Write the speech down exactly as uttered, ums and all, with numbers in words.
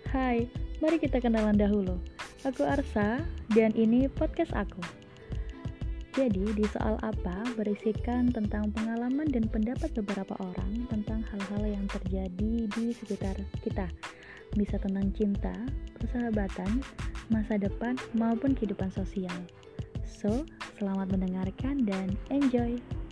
Hai, mari kita kenalan dahulu. Aku Arsa, dan ini podcast aku. Jadi, di soal apa berisikan tentang pengalaman dan pendapat beberapa orang tentang hal-hal yang terjadi di sekitar kita. Bisa tentang cinta, persahabatan, masa depan, maupun kehidupan sosial. So, selamat mendengarkan dan enjoy!